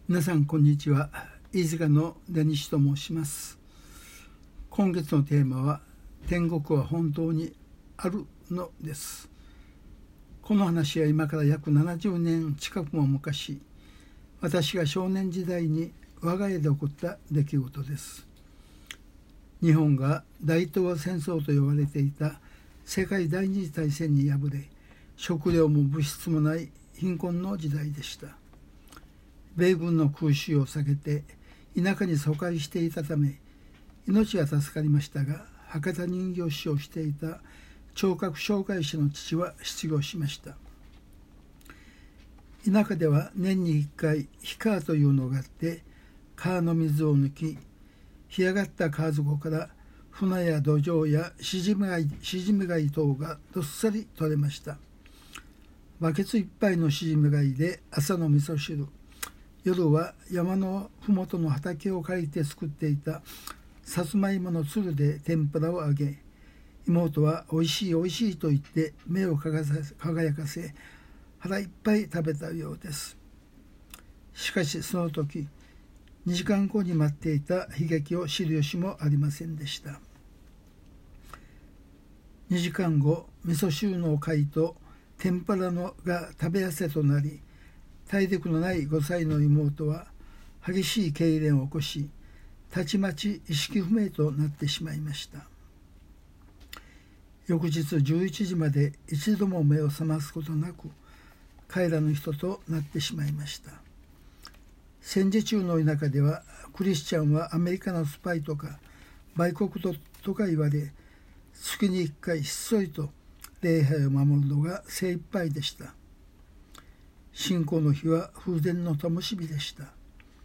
皆さんこんにちは。飯塚の出西と申します。今月のテーマは天国は本当にあるのです。この話は今から約70年近くも昔、私が少年時代に我が家で起こった出来事です。日本が大東亜戦争と呼ばれていた世界第二次大戦に敗れ、食料も物質もない貧困の時代でした。米軍の空襲を避けて田舎に疎開していたため命は助かりましたが、博多人形師をしていた聴覚障害者の父は失業しました。田舎では年に1回火川というのがあって、川の水を抜き、干上がった川底から船や土壌やシジミ貝等がどっさり取れました。バケツいっぱいのシジミ貝で朝の味噌汁、夜は山のふもとの畑を借りて作っていたさつまいものつるで天ぷらを揚げ、妹はおいしいおいしいと言って目を輝かせ腹いっぱい食べたようです。しかしその時、2時間後に待っていた悲劇を知る由もありませんでした。2時間後、味噌汁の貝と天ぷらのが食べやせとなり、体力のない5歳の妹は激しい痙攣を起こし、たちまち意識不明となってしまいました。翌日11時まで一度も目を覚ますことなく帰らぬ人となってしまいました。戦時中の田舎ではクリスチャンはアメリカのスパイとか売国とか言われ、月に1回ひっそりと礼拝を守るのが精一杯でした。信仰の日は風前の灯火でした。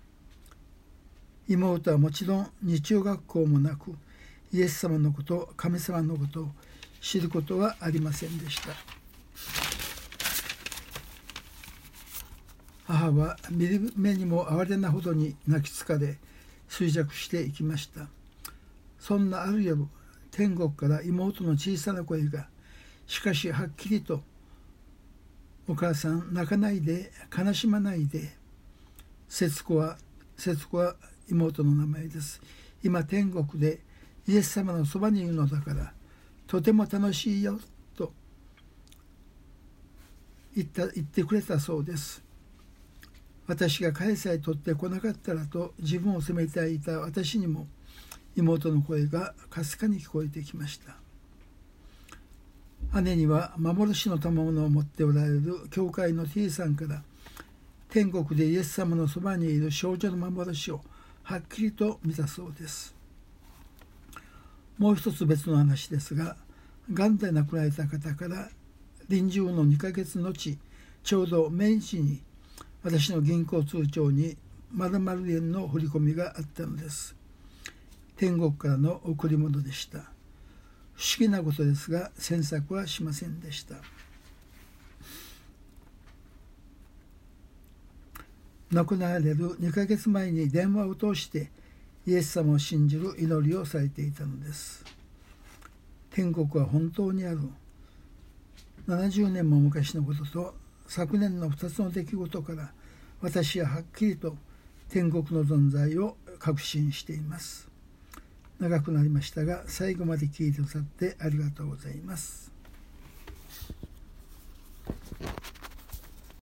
妹はもちろん日曜学校もなく、イエス様のこと、神様のことを知ることはありませんでした。母は見る目にも哀れなほどに泣き疲れ衰弱していきました。そんなある夜、天国から妹の小さな声が、しかしはっきりと、お母さん泣かないで、悲しまないで。節子は妹の名前です。今天国でイエス様のそばにいるのだからとても楽しいよと言ってくれたそうです。私が返さえ取ってこなかったらと自分を責めていた私にも妹の声がかすかに聞こえてきました。姉には幻の賜物を持っておられる教会の T さんから天国でイエス様のそばにいる少女の幻をはっきりと見たそうです。もう一つ別の話ですが、がんで亡くなられた方から臨終の2ヶ月後、ちょうど命日に私の銀行通帳に〇〇円の振り込みがあったのです。天国からの贈り物でした。不思議なことですが詮索はしませんでした。亡くなられる2ヶ月前に電話を通してイエス様を信じる祈りをされていたのです。天国は本当にある。70年も昔のことと昨年の2つの出来事から私ははっきりと天国の存在を確信しています。長くなりましたが最後まで聞いてくださってありがとうございます。